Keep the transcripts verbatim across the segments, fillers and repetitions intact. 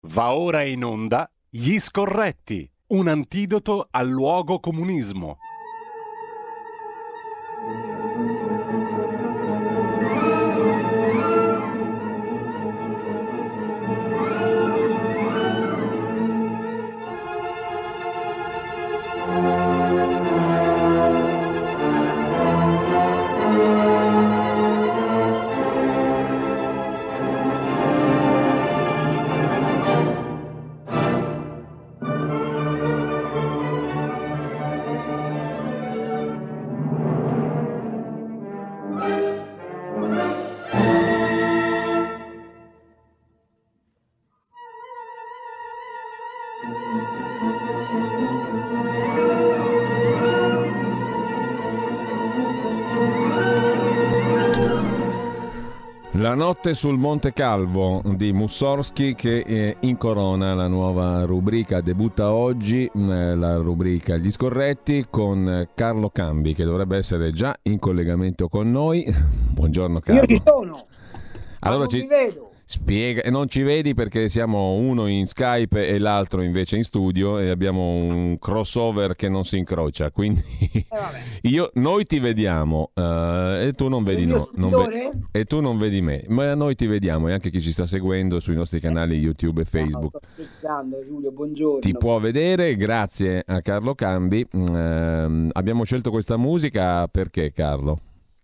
Va ora in onda Gli Scorretti, un antidoto al luogo comunismo. La notte sul Monte Calvo di Mussorgsky che eh, incorona la nuova rubrica, debutta oggi eh, la rubrica Gli Scorretti con eh, Carlo Cambi, che dovrebbe essere già in collegamento con noi. Buongiorno Carlo. Io ci sono, allora, ma non ci... vi vedo. Spiega, non ci vedi perché siamo uno in Skype e l'altro invece in studio e abbiamo un crossover che non si incrocia, quindi Eh, io, noi ti vediamo uh, e tu non vedi no, non ve- e tu non vedi me, ma noi ti vediamo e anche chi ci sta seguendo sui nostri canali YouTube e Facebook. No, sto scherzando, Giulio, buongiorno. Ti può vedere grazie a Carlo Cambi. Uh, abbiamo scelto questa musica perché, Carlo?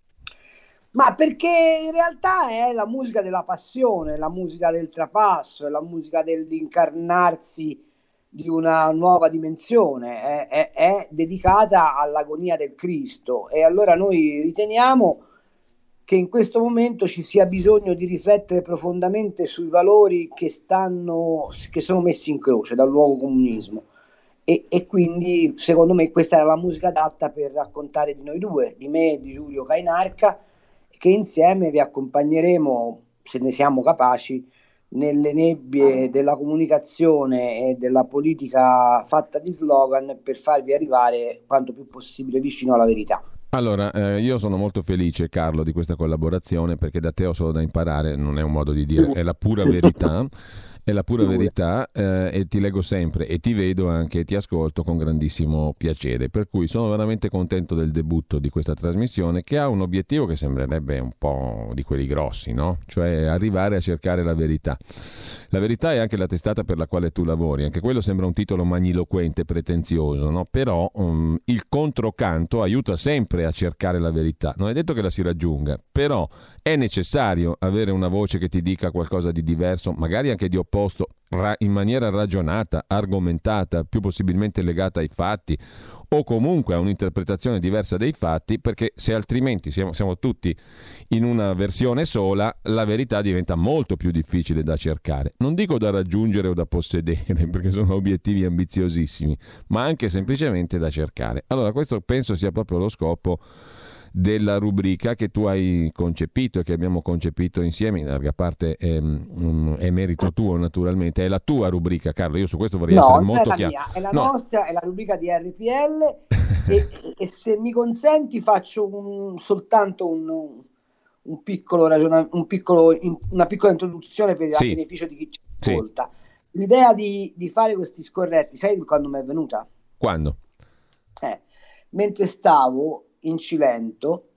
Ma perché in realtà è la musica della passione, la musica del trapasso, è la musica dell'incarnarsi di una nuova dimensione, è, è, è dedicata all'agonia del Cristo. E allora noi riteniamo che in questo momento ci sia bisogno di riflettere profondamente sui valori che, stanno, che sono messi in croce dal luogo comunismo. E, e quindi secondo me questa era la musica adatta per raccontare di noi due, di me e di Giulio Cainarca, che insieme vi accompagneremo, se ne siamo capaci, nelle nebbie della comunicazione e della politica fatta di slogan per farvi arrivare quanto più possibile vicino alla verità. Allora, eh, io sono molto felice, Carlo, di questa collaborazione perché da te ho solo da imparare, non è un modo di dire, è la pura verità. È la pura verità eh, e ti leggo sempre e ti vedo anche e ti ascolto con grandissimo piacere, per cui sono veramente contento del debutto di questa trasmissione che ha un obiettivo che sembrerebbe un po' di quelli grossi, no? Cioè arrivare a cercare la verità. La verità è anche la testata per la quale tu lavori, anche quello sembra un titolo magniloquente, pretenzioso, no? Però um, il controcanto aiuta sempre a cercare la verità, non è detto che la si raggiunga, però è necessario avere una voce che ti dica qualcosa di diverso, magari anche di opposto, ra- in maniera ragionata, argomentata, più possibilmente legata ai fatti o comunque a un'interpretazione diversa dei fatti, perché se altrimenti siamo, siamo tutti in una versione sola, la verità diventa molto più difficile da cercare. Non dico da raggiungere o da possedere, perché sono obiettivi ambiziosissimi, ma anche semplicemente da cercare. Allora, questo penso sia proprio lo scopo della rubrica che tu hai concepito e che abbiamo concepito insieme, in larga parte è, um, è merito tuo naturalmente, è la tua rubrica, Carlo, io su questo vorrei no, essere non molto è la chiaro. mia, è la no. nostra, è la rubrica di R P L e, e se mi consenti faccio un, soltanto un, un piccolo ragionamento, un piccolo, in, una piccola introduzione per sì. a beneficio di chi ci sì. ascolta. L'idea di, di fare questi scorretti, sai quando mi è venuta? Quando? Eh, mentre stavo in Cilento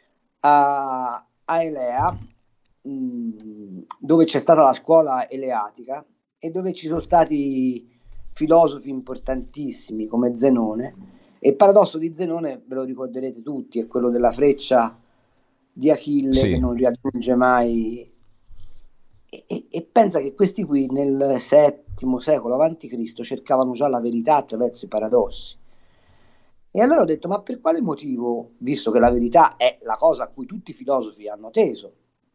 a, a Elea, mh, dove c'è stata la scuola eleatica e dove ci sono stati filosofi importantissimi come Zenone. E il paradosso di Zenone, ve lo ricorderete tutti, è quello della freccia di Achille sì. che non raggiunge mai. E, e, e pensa che questi qui nel settimo secolo avanti Cristo cercavano già la verità attraverso i paradossi. E allora ho detto, ma per quale motivo, visto che la verità è la cosa a cui tutti i filosofi hanno teso,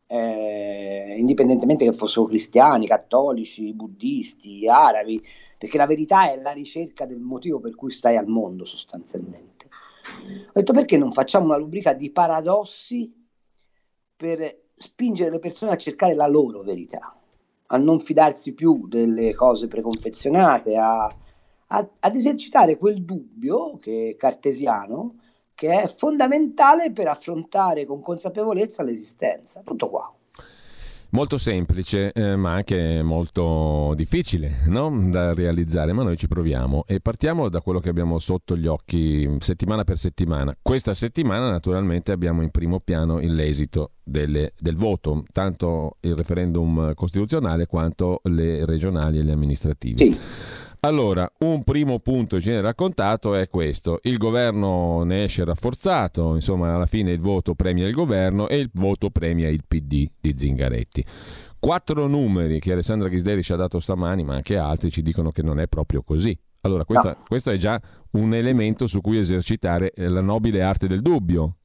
eh, indipendentemente che fossero cristiani, cattolici, buddisti, arabi, perché la verità è la ricerca del motivo per cui stai al mondo sostanzialmente. Ho detto, perché non facciamo una rubrica di paradossi per spingere le persone a cercare la loro verità, a non fidarsi più delle cose preconfezionate, a A, ad esercitare quel dubbio che è cartesiano, che è fondamentale per affrontare con consapevolezza l'esistenza. Tutto qua. Molto semplice, eh, ma anche molto difficile, no? Da realizzare, ma noi ci proviamo e partiamo da quello che abbiamo sotto gli occhi settimana per settimana. Questa settimana naturalmente abbiamo in primo piano l'esito delle- del voto, tanto il referendum costituzionale quanto le regionali e le amministrative. Sì. Allora, un primo punto che viene raccontato è questo: il governo ne esce rafforzato, insomma alla fine il voto premia il governo e il voto premia il P D di Zingaretti. Quattro numeri che Alessandra Ghisleri ci ha dato stamani, ma anche altri ci dicono che non è proprio così. Allora, questa- No. questo è già un elemento su cui esercitare eh, la nobile arte del dubbio.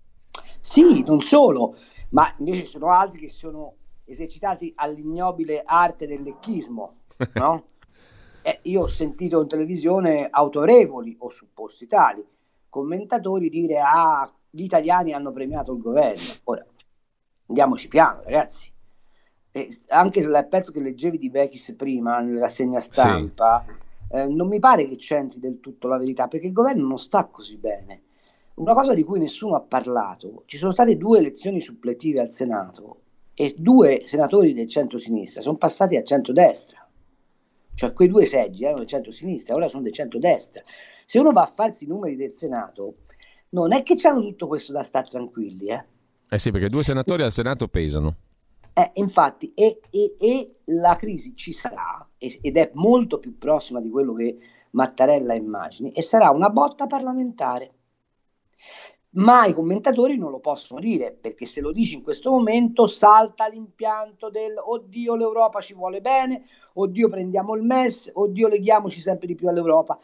Sì, non solo, ma invece ci sono altri che sono esercitati all'ignobile arte del lecchismo, no? Eh, io ho sentito in televisione autorevoli o supposti tali commentatori dire: ah, gli italiani hanno premiato il governo. Ora, andiamoci piano, ragazzi. E anche il pezzo che leggevi di Vechis prima nella rassegna stampa, eh, non mi pare che c'entri del tutto la verità, perché il governo non sta così bene. Una cosa di cui nessuno ha parlato: ci sono state due elezioni suppletive al Senato e due senatori del centro-sinistra sono passati al centro-destra. Cioè quei due seggi erano del centro-sinistra, ora sono del centro-destra. Se uno va a farsi i numeri del Senato, non è che c'hanno tutto questo da stare tranquilli, eh. Eh sì, perché due senatori al Senato pesano. Eh, infatti, e, e- e la crisi ci sarà, e- ed è molto più prossima di quello che Mattarella immagini, e sarà una botta parlamentare. Ma i commentatori non lo possono dire, perché se lo dici in questo momento salta l'impianto del oddio l'Europa ci vuole bene, oddio prendiamo il M E S, oddio leghiamoci sempre di più all'Europa.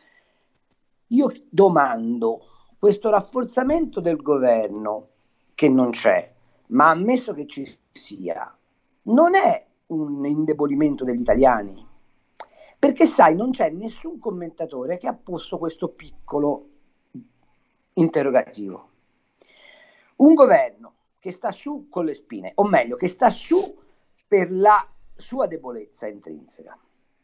Io domando, questo rafforzamento del governo che non c'è, ma ammesso che ci sia, non è un indebolimento degli italiani? Perché sai, non c'è nessun commentatore che ha posto questo piccolo interrogativo. Un governo che sta su con le spine, o meglio, che sta su per la sua debolezza intrinseca,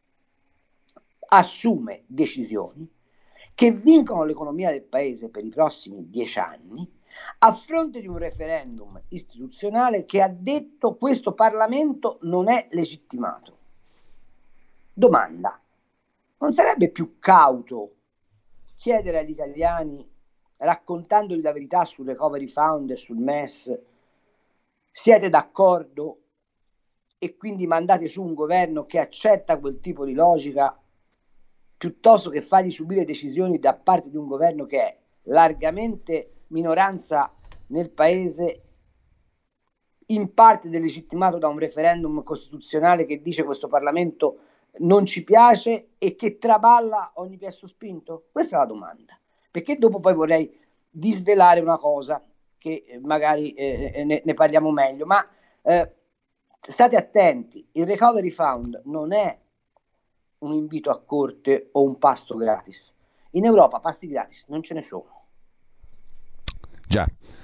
assume decisioni che vincono l'economia del paese per i prossimi dieci anni, a fronte di un referendum istituzionale che ha detto questo Parlamento non è legittimato. Domanda: non sarebbe più cauto chiedere agli italiani, raccontandogli la verità sul Recovery Fund e sul M E S, siete d'accordo? E quindi mandate su un governo che accetta quel tipo di logica, piuttosto che fargli subire decisioni da parte di un governo che è largamente minoranza nel paese, in parte delegittimato da un referendum costituzionale che dice questo Parlamento non ci piace e che traballa ogni piasso spinto? Questa è la domanda. Perché dopo poi vorrei disvelare una cosa che eh, magari eh, ne, ne parliamo meglio, ma eh, state attenti, il Recovery Fund non è un invito a corte o un pasto gratis. In Europa pasti gratis non ce ne sono. Già.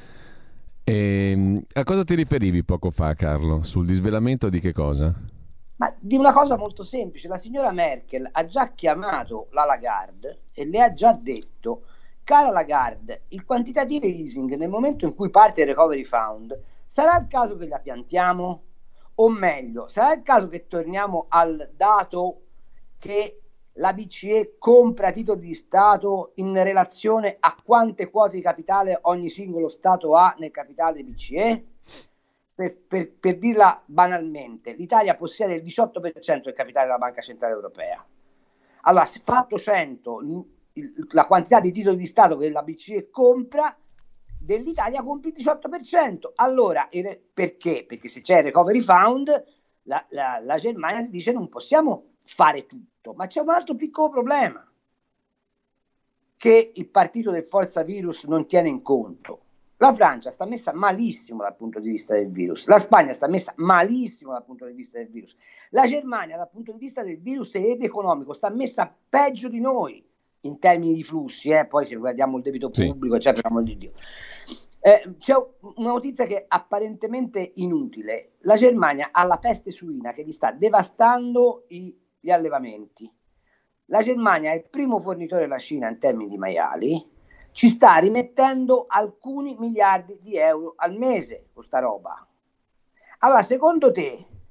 E, a cosa ti riferivi poco fa, Carlo? Sul disvelamento di che cosa? Ma di una cosa molto semplice: la signora Merkel ha già chiamato la Lagarde e le ha già detto: cara Lagarde, il quantitative easing nel momento in cui parte il Recovery Fund, sarà il caso che la piantiamo? O meglio, sarà il caso che torniamo al dato che la B C E compra titoli di Stato in relazione a quante quote di capitale ogni singolo Stato ha nel capitale B C E? Per, per, per dirla banalmente, l'Italia possiede il diciotto per cento del capitale della Banca Centrale Europea. Allora, se fatto cento, il, la quantità di titoli di Stato che la B C E compra, dell'Italia compie il diciotto per cento. Allora, il, perché? Perché se c'è il Recovery Fund, la, la, la Germania dice non possiamo fare tutto, ma c'è un altro piccolo problema che il partito del Forza Virus non tiene in conto. La Francia sta messa malissimo dal punto di vista del virus, la Spagna sta messa malissimo dal punto di vista del virus, la Germania dal punto di vista del virus ed economico sta messa peggio di noi in termini di flussi, eh? Poi se guardiamo il debito pubblico, sì, eccetera, amor di Dio. Eh, c'è una notizia che è apparentemente inutile: la Germania ha la peste suina che gli sta devastando i, gli allevamenti. La Germania è il primo fornitore della Cina in termini di maiali, ci sta rimettendo alcuni miliardi di euro al mese questa roba. Allora, secondo te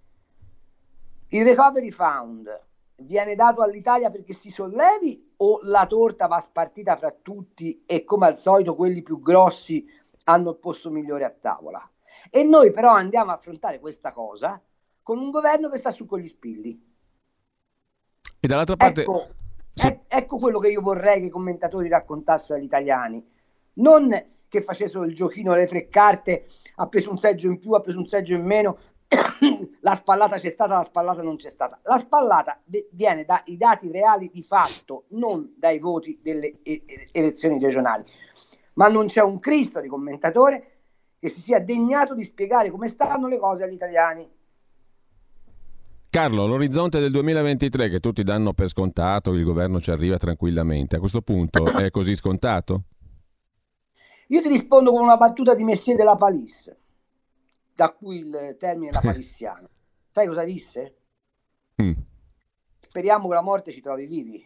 il recovery fund viene dato all'Italia perché si sollevi o la torta va spartita fra tutti e come al solito quelli più grossi hanno il posto migliore a tavola? E noi però andiamo a affrontare questa cosa con un governo che sta su con gli spilli. E dall'altra parte... Ecco, sì. e- ecco quello che io vorrei che i commentatori raccontassero agli italiani. Non che facessero il giochino le tre carte, ha preso un seggio in più, ha preso un seggio in meno, la spallata c'è stata, la spallata non c'è stata. La spallata de- viene dai dati reali di fatto, non dai voti delle e- e- elezioni regionali. Ma non c'è un Cristo di commentatore che si sia degnato di spiegare come stanno le cose agli italiani. Carlo, l'orizzonte del duemilaventitré che tutti danno per scontato, il governo ci arriva tranquillamente, a questo punto è così scontato? Io ti rispondo con una battuta di Messier della Palisse, da cui il termine la palissiano. Sai cosa disse? Mm. Speriamo che la morte ci trovi vivi.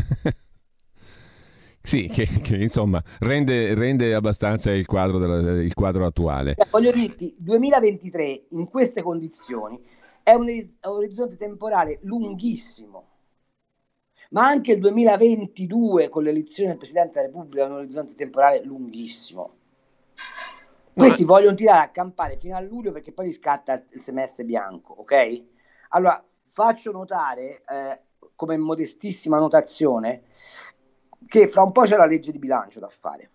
Sì, che, che insomma rende, rende abbastanza il quadro, della, il quadro attuale. Eh, voglio dirti, duemilaventitré in queste condizioni è un orizzonte temporale lunghissimo, ma anche il duemilaventidue con l'elezione del Presidente della Repubblica è un orizzonte temporale lunghissimo. Questi Ma... vogliono tirare a campare fino a luglio perché poi gli scatta il semestre bianco, ok? Allora, faccio notare, eh, come modestissima notazione, che fra un po' c'è la legge di bilancio da fare,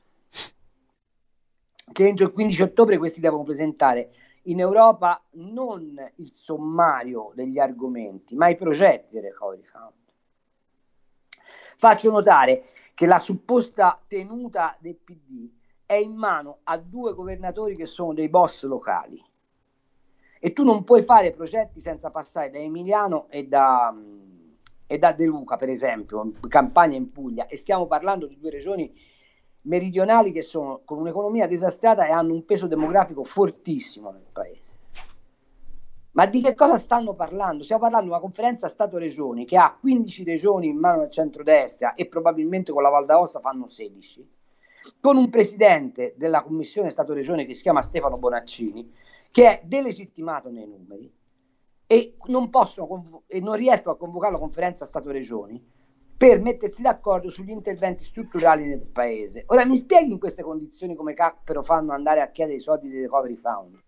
che entro il quindici ottobre questi devono presentare in Europa non il sommario degli argomenti, ma i progetti del Recovery Fund. Faccio notare che la supposta tenuta del P D è in mano a due governatori che sono dei boss locali e tu non puoi fare progetti senza passare da Emiliano e da, e da De Luca, per esempio, Campania in Puglia, e stiamo parlando di due regioni meridionali che sono con un'economia disastrata e hanno un peso demografico fortissimo nel paese. Ma di che cosa stanno parlando? Stiamo parlando di una conferenza Stato-Regioni che ha quindici regioni in mano al centrodestra e probabilmente con la Val d'Aosta fanno sedici, con un presidente della commissione Stato-Regione che si chiama Stefano Bonaccini, che è delegittimato nei numeri e non possono convo- e non riescono a convocare la conferenza Stato-Regioni per mettersi d'accordo sugli interventi strutturali nel paese. Ora mi spieghi in queste condizioni come cappero fanno andare a chiedere i soldi del Recovery Fund?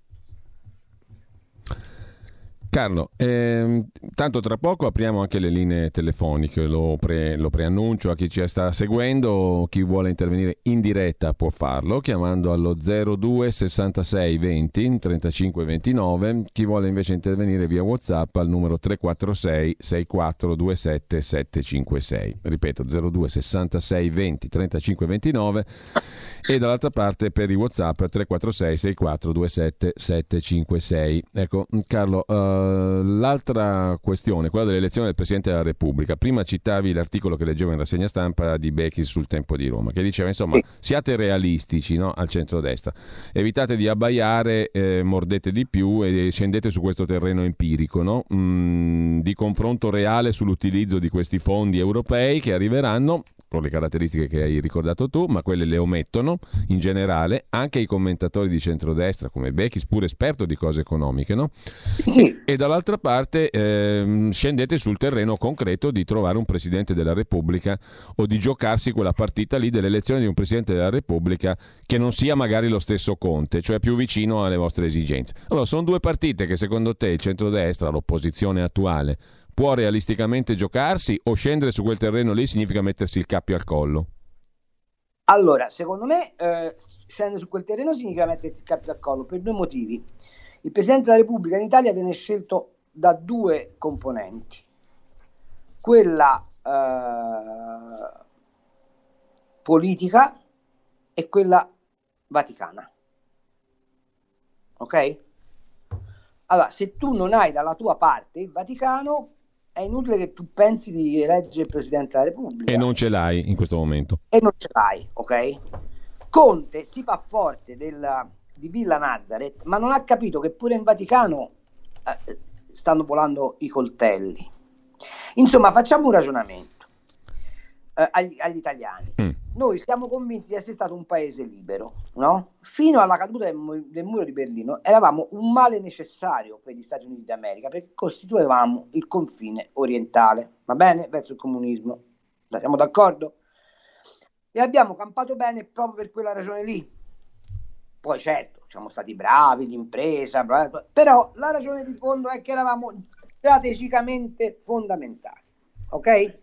Carlo, ehm, tanto tra poco apriamo anche le linee telefoniche, lo, pre, lo preannuncio a chi ci sta seguendo, chi vuole intervenire in diretta può farlo chiamando allo zero due sessantasei venti trentacinque ventinove, chi vuole invece intervenire via WhatsApp al numero tre quattro sei sei quattro due sette sette cinque sei, ripeto zero due sessantasei venti trentacinque ventinove e dall'altra parte per i WhatsApp tre quattro sei sei quattro due sette sette cinque sei. Ecco Carlo, uh, l'altra questione, quella dell'elezione del Presidente della Repubblica. Prima citavi l'articolo che leggevo in rassegna stampa di Bechis sul Tempo di Roma, che diceva insomma siate realistici, no? Al centrodestra, evitate di abbaiare, eh, mordete di più e scendete su questo terreno empirico, no? mm, di confronto reale sull'utilizzo di questi fondi europei che arriveranno con le caratteristiche che hai ricordato tu, ma quelle le omettono in generale anche i commentatori di centrodestra come Bechis, pure esperto di cose economiche, no? Sì. E, e dall'altra parte ehm, scendete sul terreno concreto di trovare un Presidente della Repubblica o di giocarsi quella partita lì dell'elezione di un Presidente della Repubblica che non sia magari lo stesso Conte, cioè più vicino alle vostre esigenze. Allora, sono due partite che secondo te il centrodestra, l'opposizione attuale, può realisticamente giocarsi o scendere su quel terreno lì significa mettersi il cappio al collo? Allora, secondo me eh, scendere su quel terreno significa mettersi il cappio al collo per due motivi. Il Presidente della Repubblica in Italia viene scelto da due componenti, quella eh, politica e quella vaticana. Ok? Allora, se tu non hai dalla tua parte il Vaticano, è inutile che tu pensi di eleggere il Presidente della Repubblica. E non ce l'hai in questo momento. E non ce l'hai, ok? Conte si fa forte della, di Villa Nazareth, ma non ha capito che pure in Vaticano eh, stanno volando i coltelli. Insomma, facciamo un ragionamento eh, agli, agli italiani. Mm. noi siamo convinti di essere stato un paese libero, no? Fino alla caduta del, mu- del muro di Berlino eravamo un male necessario per gli Stati Uniti d'America perché costituivamo il confine orientale, va bene? Verso il comunismo. Siamo d'accordo? E abbiamo campato bene proprio per quella ragione lì. Poi certo, siamo stati bravi, l'impresa, bla bla, però la ragione di fondo è che eravamo strategicamente fondamentali, ok?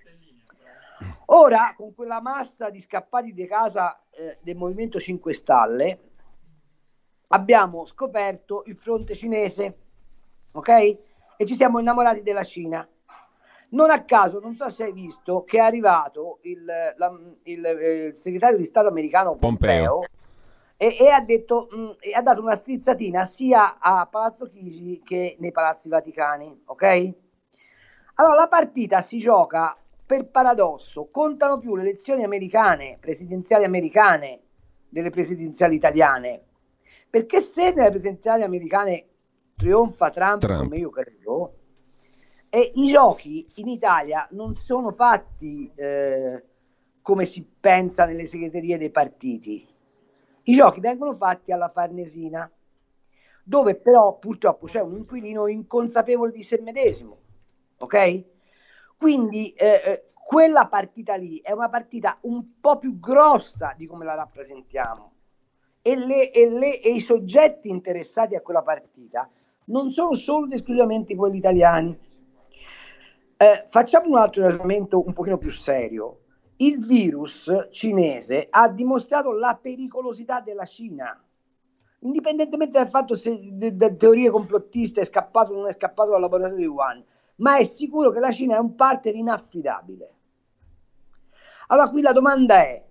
Ora, con quella massa di scappati di casa eh, del Movimento cinque Stelle, abbiamo scoperto il fronte cinese, ok? E ci siamo innamorati della Cina. Non a caso, non so se hai visto, che è arrivato il, la, il, eh, il segretario di Stato americano Pompeo, Pompeo e, e ha detto, mh, e ha dato una strizzatina sia a Palazzo Chigi che nei Palazzi Vaticani, ok? Allora la partita si gioca per paradosso, contano più le elezioni americane, presidenziali americane, delle presidenziali italiane, perché se nelle presidenziali americane trionfa Trump, Trump. come io credo, e i giochi in Italia non sono fatti eh, come si pensa nelle segreterie dei partiti. I giochi vengono fatti alla Farnesina, dove però purtroppo c'è un inquilino inconsapevole di sé medesimo, ok? Quindi eh, quella partita lì è una partita un po' più grossa di come la rappresentiamo e, le, e, le, e i soggetti interessati a quella partita non sono solo ed esclusivamente quelli italiani. Eh, facciamo un altro ragionamento un pochino più serio. Il virus cinese ha dimostrato la pericolosità della Cina, indipendentemente dal fatto se da teorie complottiste è scappato o non è scappato dal laboratorio di Wuhan, ma è sicuro che la Cina è un partner inaffidabile. Allora qui la domanda è: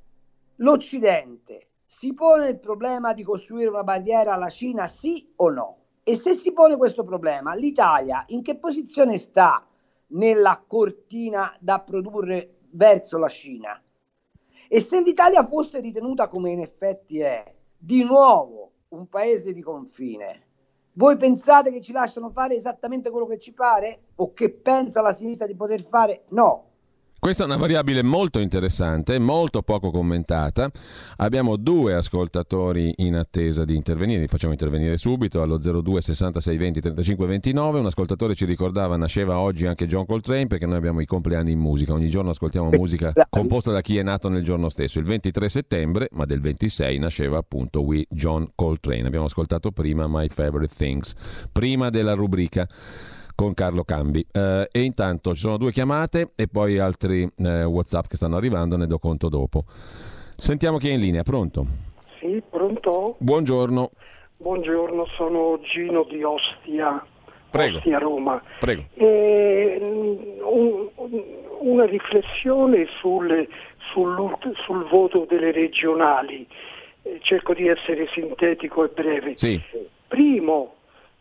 l'Occidente si pone il problema di costruire una barriera alla Cina, sì o no? E se si pone questo problema, l'Italia in che posizione sta nella cortina da produrre verso la Cina? E se l'Italia fosse ritenuta, come in effetti è, di nuovo un paese di confine, voi pensate che ci lasciano fare esattamente quello che ci pare? O che pensa la sinistra di poter fare? No. Questa è una variabile molto interessante, molto poco commentata. Abbiamo due ascoltatori in attesa di intervenire, li facciamo intervenire subito allo zero due sessantasei venti trentacinque ventinove. Un ascoltatore ci ricordava, nasceva oggi anche John Coltrane, perché noi abbiamo i compleanni in musica, ogni giorno ascoltiamo musica composta da chi è nato nel giorno stesso. Il ventitré settembre, ma del ventisei, nasceva appunto We John Coltrane. Abbiamo ascoltato prima My Favorite Things, prima della rubrica con Carlo Cambi. Eh, e intanto ci sono due chiamate e poi altri eh, WhatsApp che stanno arrivando, ne do conto dopo. Sentiamo chi è in linea. Pronto? Sì, pronto? Buongiorno. Buongiorno, sono Gino di Ostia, Prego. Ostia Roma. Prego. E, un, una riflessione sul, sul, sul voto delle regionali. Cerco di essere sintetico e breve. Sì. Primo,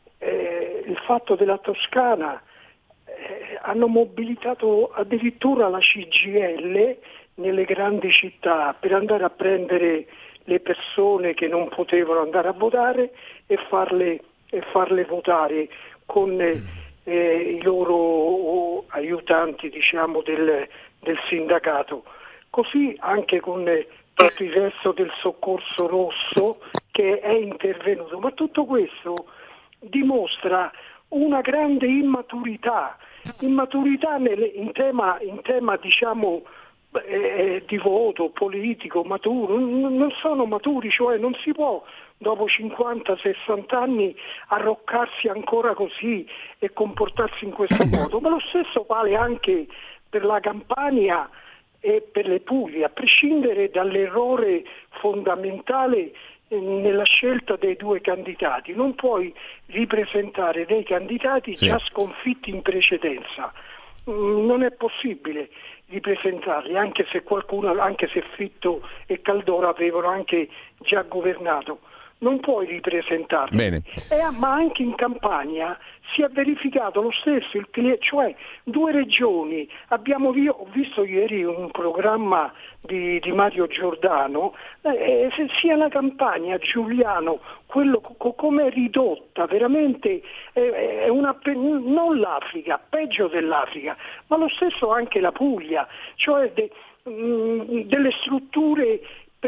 Eh, il fatto della Toscana, eh, hanno mobilitato addirittura la C G I L nelle grandi città per andare a prendere le persone che non potevano andare a votare e farle, e farle votare con eh, i loro aiutanti, diciamo, del, del sindacato. Così anche con eh, tutto il resto del soccorso rosso che è intervenuto. Ma tutto questo dimostra una grande immaturità, immaturità nel, in tema, in tema diciamo eh, di voto politico maturo. Non, non sono maturi, cioè non si può dopo cinquanta sessanta anni arroccarsi ancora così e comportarsi in questo modo. Ma lo stesso vale anche per la Campania e per le Puglie, a prescindere dall'errore fondamentale nella scelta dei due candidati. Non puoi ripresentare dei candidati sì. già sconfitti in precedenza, non è possibile ripresentarli, anche se qualcuno, anche se Fitto e Caldoro avevano anche già governato. non puoi ripresentarli. Bene. Eh, ma anche in Campania si è verificato lo stesso, il, cioè due regioni. Abbiamo, io ho visto ieri un programma di, di Mario Giordano, eh, sia la Campania, Giuliano, quello co- come è ridotta, veramente eh, è una, non l'Africa, peggio dell'Africa, ma lo stesso anche la Puglia, cioè de, mh, delle strutture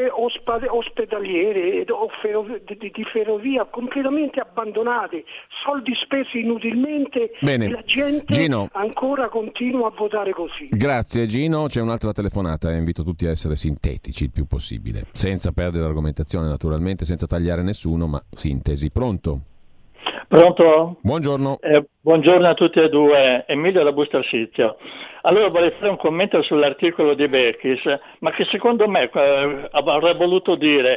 ospedaliere o ferrovia, di, di ferrovia completamente abbandonate, soldi spesi inutilmente. Bene. E la gente Gino, ancora continua a votare così. Grazie Gino, c'è un'altra telefonata e invito tutti a essere sintetici il più possibile, senza perdere l'argomentazione naturalmente, senza tagliare nessuno, ma sintesi. Pronto? Pronto? Buongiorno. Eh, buongiorno a tutti e due, Emilio da Bustarsizio. Allora vorrei fare un commento sull'articolo di Bechis, ma che secondo me eh, avrei voluto dire,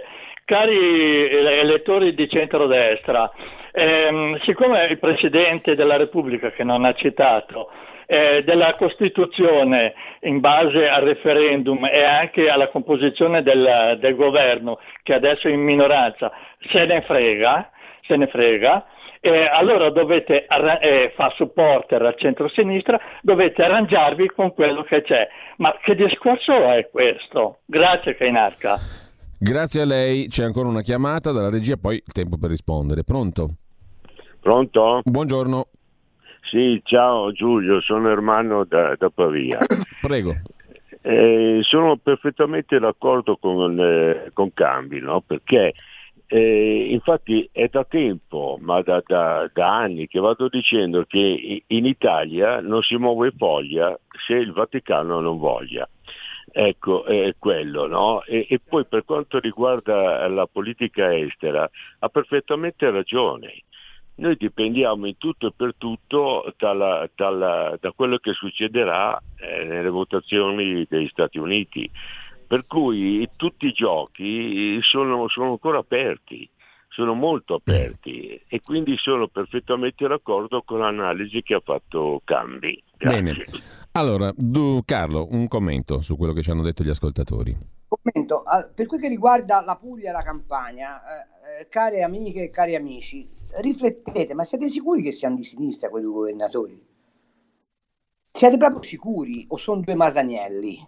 cari elettori di centrodestra, ehm, siccome il Presidente della Repubblica, che non ha citato, eh, della Costituzione in base al referendum e anche alla composizione del, del governo, che adesso è in minoranza, se ne frega, se ne frega, Eh, allora dovete arra- eh, fa supporter al centro-sinistra, dovete arrangiarvi con quello che c'è. Ma che discorso è questo? Grazie Cainarca. Grazie a lei, c'è ancora una chiamata dalla regia, poi il tempo per rispondere. Pronto? Pronto? Buongiorno. Sì, ciao Giulio, sono Ermanno da, da Pavia. Prego. Eh, sono perfettamente d'accordo con, eh, con Cambi, no? Perché Eh, infatti è da tempo, ma da, da, da anni che vado dicendo che in Italia non si muove foglia se il Vaticano non voglia. Ecco, è quello, no? E, e poi per quanto riguarda la politica estera, ha perfettamente ragione. Noi dipendiamo in tutto e per tutto dalla, dalla, da quello che succederà eh, nelle votazioni degli Stati Uniti. Per cui tutti i giochi sono, sono ancora aperti, sono molto aperti e quindi sono perfettamente d'accordo con l'analisi che ha fatto Cambi. Grazie. Bene. Allora, du, Carlo, un commento su quello che ci hanno detto gli ascoltatori. Commento. Per quel che riguarda la Puglia e la Campania, eh, care amiche e cari amici, riflettete, ma siete sicuri che siano di sinistra quei due governatori? Siete proprio sicuri o sono due Masanielli?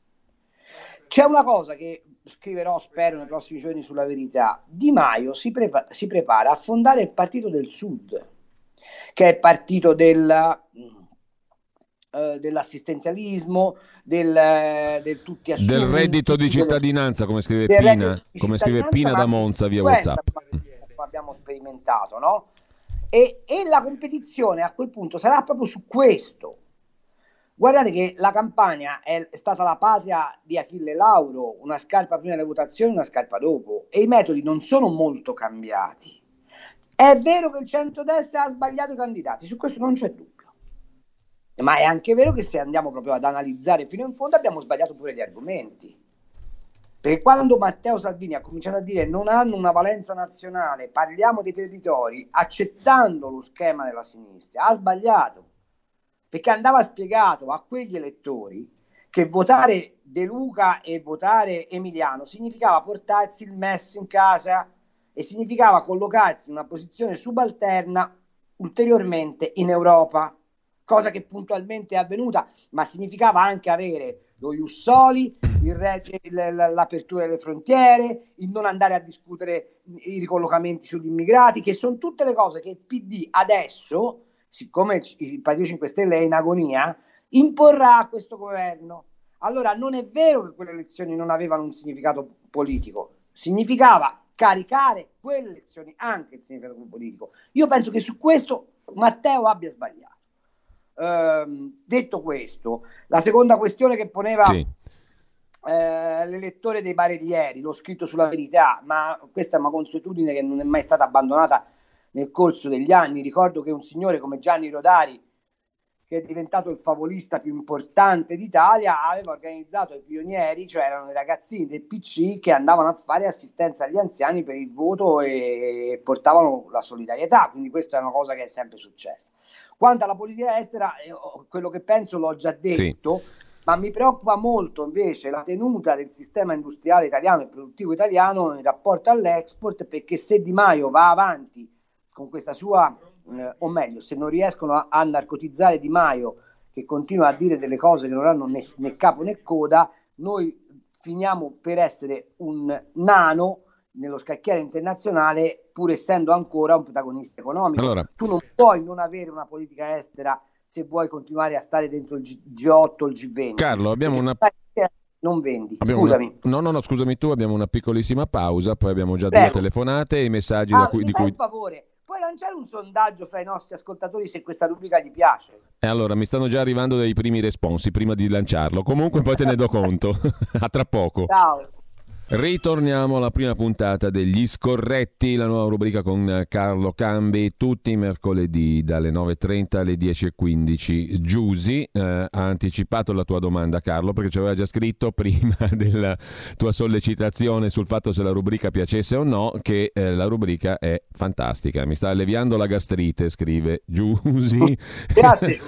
C'è una cosa che scriverò, spero, nei prossimi giorni sulla Verità. Di Maio si, prepa- si prepara a fondare il Partito del Sud, che è il partito del, eh, dell'assistenzialismo, del, del tutti assunti, del reddito di cittadinanza, come scrive Pina, come scrive Pina da Monza via WhatsApp. Abbiamo sperimentato, no? E, e la competizione a quel punto sarà proprio su questo. Guardate che la Campania è stata la patria di Achille Lauro, una scarpa prima delle votazioni, una scarpa dopo, e i metodi non sono molto cambiati. È vero che il centrodestra ha sbagliato i candidati, su questo non c'è dubbio, ma è anche vero che se andiamo proprio ad analizzare fino in fondo abbiamo sbagliato pure gli argomenti, perché quando Matteo Salvini ha cominciato a dire non hanno una valenza nazionale, parliamo dei territori, accettando lo schema della sinistra, ha sbagliato. Perché andava spiegato a quegli elettori che votare De Luca e votare Emiliano significava portarsi il M E S in casa e significava collocarsi in una posizione subalterna ulteriormente in Europa, cosa che puntualmente è avvenuta, ma significava anche avere lo Ius Soli, il re, l'apertura delle frontiere, il non andare a discutere i ricollocamenti sugli immigrati, che sono tutte le cose che il P D adesso, siccome il Partito cinque Stelle è in agonia, imporrà a questo governo. Allora non è vero che quelle elezioni non avevano un significato politico, significava caricare quelle elezioni anche il significato politico. Io penso che su questo Matteo abbia sbagliato. Ehm, detto questo, la seconda questione che poneva sì. eh, l'elettore dei Barellieri, l'ho scritto sulla Verità, ma questa è una consuetudine che non è mai stata abbandonata nel corso degli anni. Ricordo che un signore come Gianni Rodari, che è diventato il favolista più importante d'Italia, aveva organizzato i pionieri, cioè erano i ragazzini del P C che andavano a fare assistenza agli anziani per il voto e portavano la solidarietà, quindi questa è una cosa che è sempre successa. Quanto alla politica estera, eh, quello che penso l'ho già detto, sì. ma mi preoccupa molto invece la tenuta del sistema industriale italiano e produttivo italiano in rapporto all'export, perché se Di Maio va avanti con questa sua, eh, o meglio, se non riescono a, a narcotizzare Di Maio, che continua a dire delle cose che non hanno né, né capo né coda, noi finiamo per essere un nano nello scacchiere internazionale, pur essendo ancora un protagonista economico. Allora, tu non puoi non avere una politica estera se vuoi continuare a stare dentro il G otto o il G venti. Carlo, abbiamo una... non vendi. Abbiamo Scusami. Una... No, no, no, scusami tu, abbiamo una piccolissima pausa, poi abbiamo già Prego. due telefonate e i messaggi ah, da cui... mi di fai cui... un favore, puoi lanciare un sondaggio fra i nostri ascoltatori se questa rubrica gli piace? E allora, mi stanno già arrivando dei primi responsi prima di lanciarlo, comunque poi te ne do conto. A tra poco. Ciao. Ritorniamo alla prima puntata degli Scorretti, la nuova rubrica con Carlo Cambi, tutti i mercoledì dalle nove e trenta alle dieci e quindici. Giusy eh, ha anticipato la tua domanda, Carlo, perché ci aveva già scritto prima della tua sollecitazione sul fatto se la rubrica piacesse o no, che eh, la rubrica è fantastica. Mi sta alleviando la gastrite, scrive Giusy. Grazie.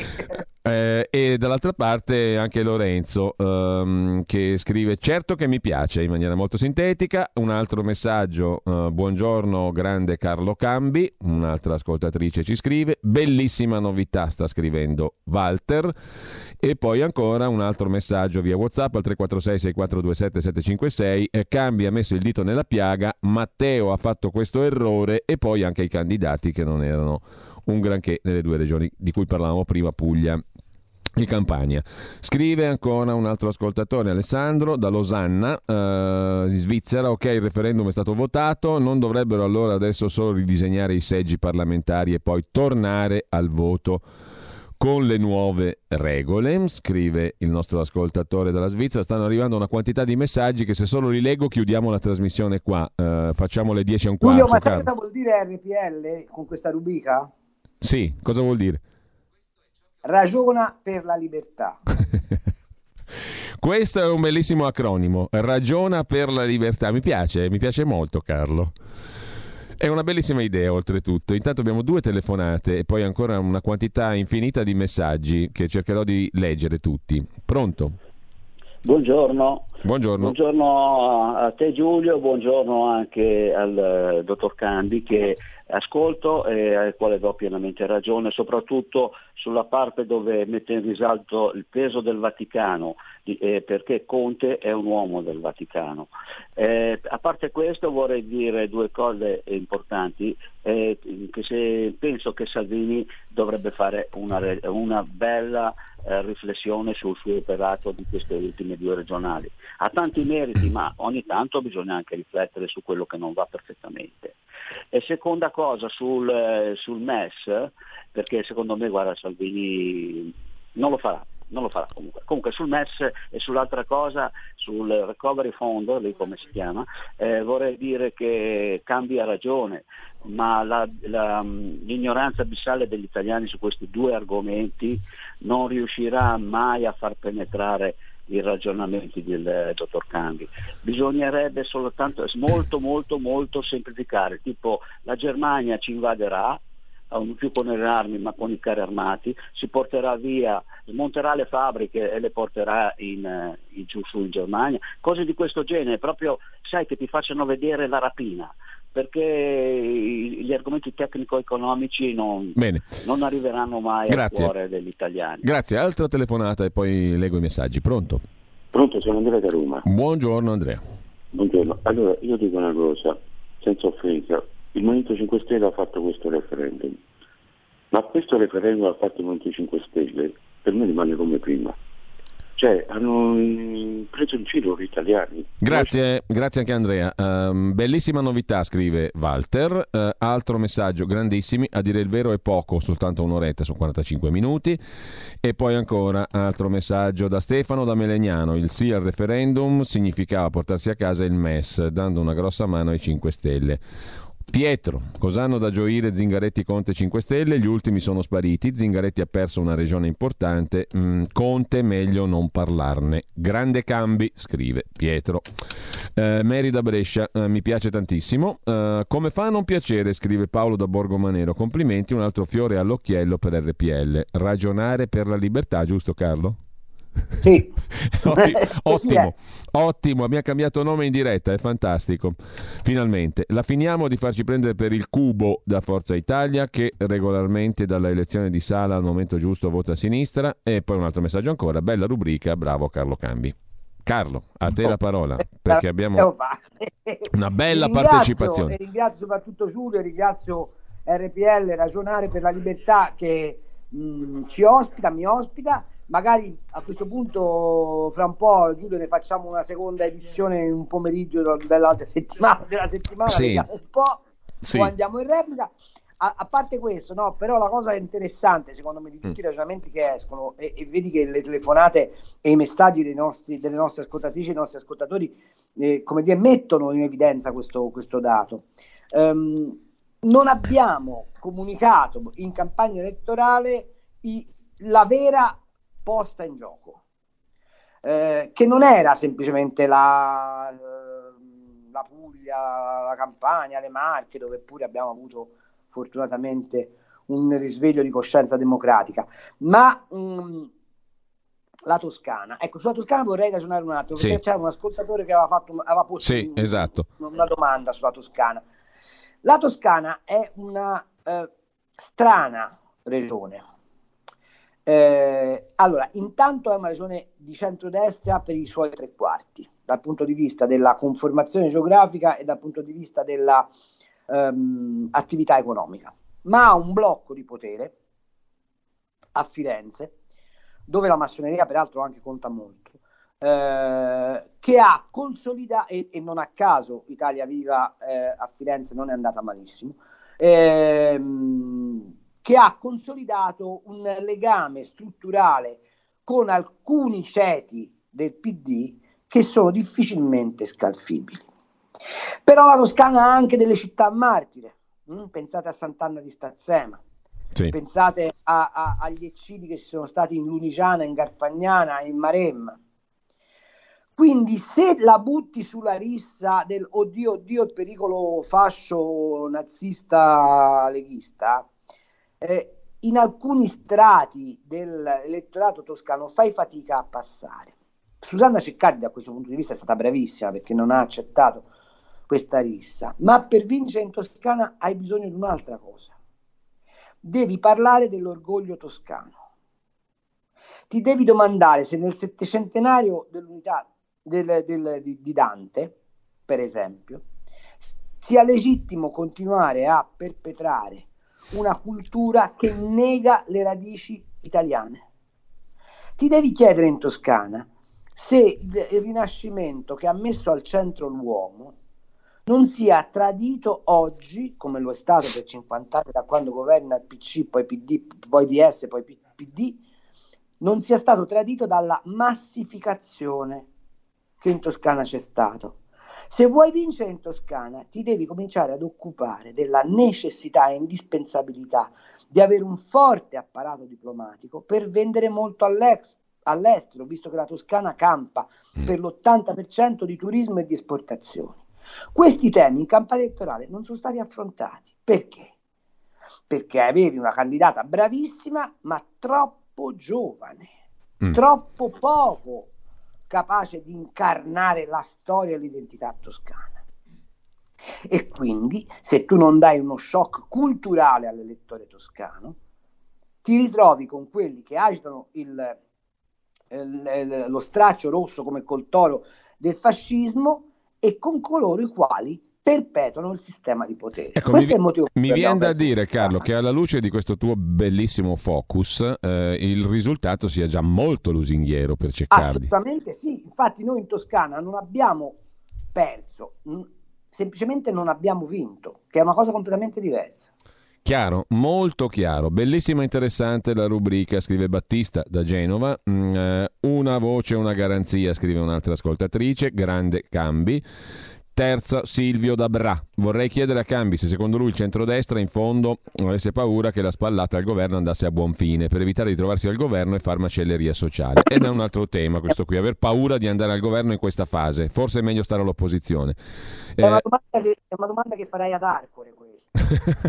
Eh, e dall'altra parte anche Lorenzo ehm, che scrive: certo che mi piace, in maniera molto sintetica. Un altro messaggio: eh, buongiorno grande Carlo Cambi. Un'altra ascoltatrice ci scrive: bellissima novità, sta scrivendo Walter. E poi ancora un altro messaggio via WhatsApp al tre quattro sei sei quattro due sette sette cinque sei. eh, Cambi ha messo il dito nella piaga, Matteo ha fatto questo errore, e poi anche i candidati che non erano un granché nelle due regioni di cui parlavamo prima, Puglia e Campania. Scrive ancora un altro ascoltatore, Alessandro da Losanna, eh, Svizzera: ok, il referendum è stato votato, non dovrebbero allora adesso solo ridisegnare i seggi parlamentari e poi tornare al voto con le nuove regole? Scrive il nostro ascoltatore dalla Svizzera. Stanno arrivando una quantità di messaggi che se solo li leggo chiudiamo la trasmissione qua. Eh, facciamo le dieci e un quarto. Giulio, ma sai cosa vuol dire R P L con questa rubrica? Sì, cosa vuol dire? Ragiona per la libertà. Questo è un bellissimo acronimo, Ragiona per la libertà. Mi piace, mi piace molto, Carlo. È una bellissima idea, oltretutto. Intanto abbiamo due telefonate e poi ancora una quantità infinita di messaggi che cercherò di leggere tutti. Pronto? Buongiorno. Buongiorno. Buongiorno a te Giulio, buongiorno anche al uh, dottor Cambi, che ascolto e al quale do pienamente ragione, soprattutto sulla parte dove mette in risalto il peso del Vaticano, eh, perché Conte è un uomo del Vaticano. Eh, a parte questo vorrei dire due cose importanti, eh, che se, penso che Salvini dovrebbe fare una, una bella eh, riflessione sul suo operato di queste ultime due regionali. Ha tanti meriti, ma ogni tanto bisogna anche riflettere su quello che non va perfettamente. E seconda cosa sul, eh, sul M E S, perché secondo me, guarda, Salvini non lo farà, non lo farà comunque. Comunque sul M E S e sull'altra cosa, sul Recovery Fund, lì come si chiama, eh, vorrei dire che Cambi ha ragione, ma la, la, l'ignoranza abissale degli italiani su questi due argomenti non riuscirà mai a far penetrare i ragionamenti del eh, dottor Cambi. Bisognerebbe soltanto molto molto molto semplificare, tipo la Germania ci invaderà, non più con le armi ma con i carri armati, si porterà via, smonterà le fabbriche e le porterà in, eh, in giù su in Germania, cose di questo genere, proprio sai che ti facciano vedere la rapina, perché gli argomenti tecnico-economici non, non arriveranno mai Grazie. al cuore degli italiani. Grazie, altra telefonata e poi leggo i messaggi. Pronto? Pronto, sono Andrea da Roma. Buongiorno Andrea. Buongiorno, allora io dico una cosa, senza offesa, il Movimento cinque Stelle ha fatto questo referendum, ma questo referendum ha fatto il Movimento cinque Stelle, per me rimane come prima. Cioè, hanno preso in giro gli italiani. Grazie, grazie anche Andrea. Um, bellissima novità, scrive Walter. Uh, altro messaggio, grandissimi, a dire il vero è poco, soltanto un'oretta, sono quarantacinque minuti. E poi ancora altro messaggio da Stefano da Melegnano. Il sì al referendum significava portarsi a casa il M E S, dando una grossa mano ai cinque Stelle. Pietro, cos'hanno da gioire Zingaretti, Conte, cinque Stelle? Gli ultimi sono spariti, Zingaretti ha perso una regione importante, mm, Conte meglio non parlarne. Grande Cambi, scrive Pietro. eh, Mary da Brescia, eh, mi piace tantissimo. eh, come fa a non piacere, scrive Paolo da Borgomanero. Complimenti, un altro fiore all'occhiello per R P L. Ragionare per la libertà, giusto Carlo? Sì. ottimo, ottimo, è. ottimo, abbiamo cambiato nome in diretta, è fantastico. Finalmente la finiamo di farci prendere per il cubo da Forza Italia, che regolarmente dalla elezione di Sala al momento giusto vota a sinistra. E poi un altro messaggio ancora, bella rubrica, bravo Carlo Cambi. Carlo, a te la parola, perché abbiamo una bella ringrazio, partecipazione. E ringrazio soprattutto Giulio, e ringrazio R P L, Ragionare per la Libertà, che mh, ci ospita, mi ospita. Magari a questo punto, fra un po', Giulio, ne facciamo una seconda edizione in un pomeriggio dell'altra settimana, della settimana, sì. Vediamo un po', sì. Poi andiamo in replica. A, a parte questo, no, però la cosa interessante, secondo me, di tutti mm. i ragionamenti che escono, e, e vedi che le telefonate e i messaggi dei nostri, delle nostre ascoltatrici e dei nostri ascoltatori, eh, come dire, mettono in evidenza questo, questo dato. Um, non abbiamo comunicato in campagna elettorale i, la vera posta in gioco, eh, che non era semplicemente la, la Puglia, la Campania, le Marche, dove pure abbiamo avuto fortunatamente un risveglio di coscienza democratica, ma mh, la Toscana. Ecco, sulla Toscana vorrei ragionare un attimo, perché sì. c'era un ascoltatore che aveva, fatto, aveva posto sì, un, esatto. una domanda sulla Toscana. La Toscana è una eh, strana regione. Eh, allora, intanto è una regione di centrodestra per i suoi tre quarti, dal punto di vista della conformazione geografica e dal punto di vista della Um, attività economica, ma ha un blocco di potere a Firenze, dove la massoneria peraltro anche conta molto, eh, che ha consolidato, e, e non a caso Italia Viva eh, a Firenze non è andata malissimo, ehm, che ha consolidato un legame strutturale con alcuni ceti del P D che sono difficilmente scalfibili. Però la Toscana ha anche delle città martire, mm? Pensate a Sant'Anna di Stazzema, sì. Pensate a, a, agli eccidi che ci sono stati in Lunigiana, in Garfagnana, in Maremma. Quindi se la butti sulla rissa del oddio, oddio, il pericolo fascio nazista leghista, eh, in alcuni strati dell'elettorato toscano fai fatica a passare. Susanna Ceccardi da questo punto di vista è stata bravissima, perché non ha accettato questa rissa, ma per vincere in Toscana hai bisogno di un'altra cosa. Devi parlare dell'orgoglio toscano. Ti devi domandare se nel settecentenario dell'unità del, del, di, di Dante, per esempio, sia legittimo continuare a perpetrare una cultura che nega le radici italiane. Ti devi chiedere in Toscana se il, il Rinascimento, che ha messo al centro l'uomo, non sia tradito oggi, come lo è stato per cinquanta anni da quando governa il P C, poi P D, poi D S, poi P D, non sia stato tradito dalla massificazione che in Toscana c'è stato. Se vuoi vincere in Toscana, ti devi cominciare ad occupare della necessità e indispensabilità di avere un forte apparato diplomatico per vendere molto all'ex, all'estero, visto che la Toscana campa per l'ottanta per cento di turismo e di esportazioni. Questi temi in campagna elettorale non sono stati affrontati. Perché? Perché avevi una candidata bravissima, ma troppo giovane, mm. troppo poco capace di incarnare la storia e l'identità toscana. E quindi, se tu non dai uno shock culturale all'elettore toscano, ti ritrovi con quelli che agitano il, il, lo straccio rosso come col toro del fascismo e con coloro i quali perpetuano il sistema di potere. Ecco, Questo mi, è il motivo. Mi viene da dire, Carlo, che alla luce di questo tuo bellissimo focus, eh, il risultato sia già molto lusinghiero per Ceccardi. Assolutamente sì. Infatti noi in Toscana non abbiamo perso, mh, semplicemente non abbiamo vinto, che è una cosa completamente diversa. Chiaro, molto chiaro, bellissima e interessante la rubrica, scrive Battista da Genova, mm, eh, una voce, una garanzia, scrive un'altra ascoltatrice, grande Cambi. Terzo, Silvio da Bra. Vorrei chiedere a Cambi se secondo lui il centrodestra in fondo avesse paura che la spallata al governo andasse a buon fine per evitare di trovarsi al governo e far macelleria sociale. Ed è un altro tema questo qui, aver paura di andare al governo in questa fase. Forse è meglio stare all'opposizione. È una domanda che, è una domanda che farei ad Arcore questa.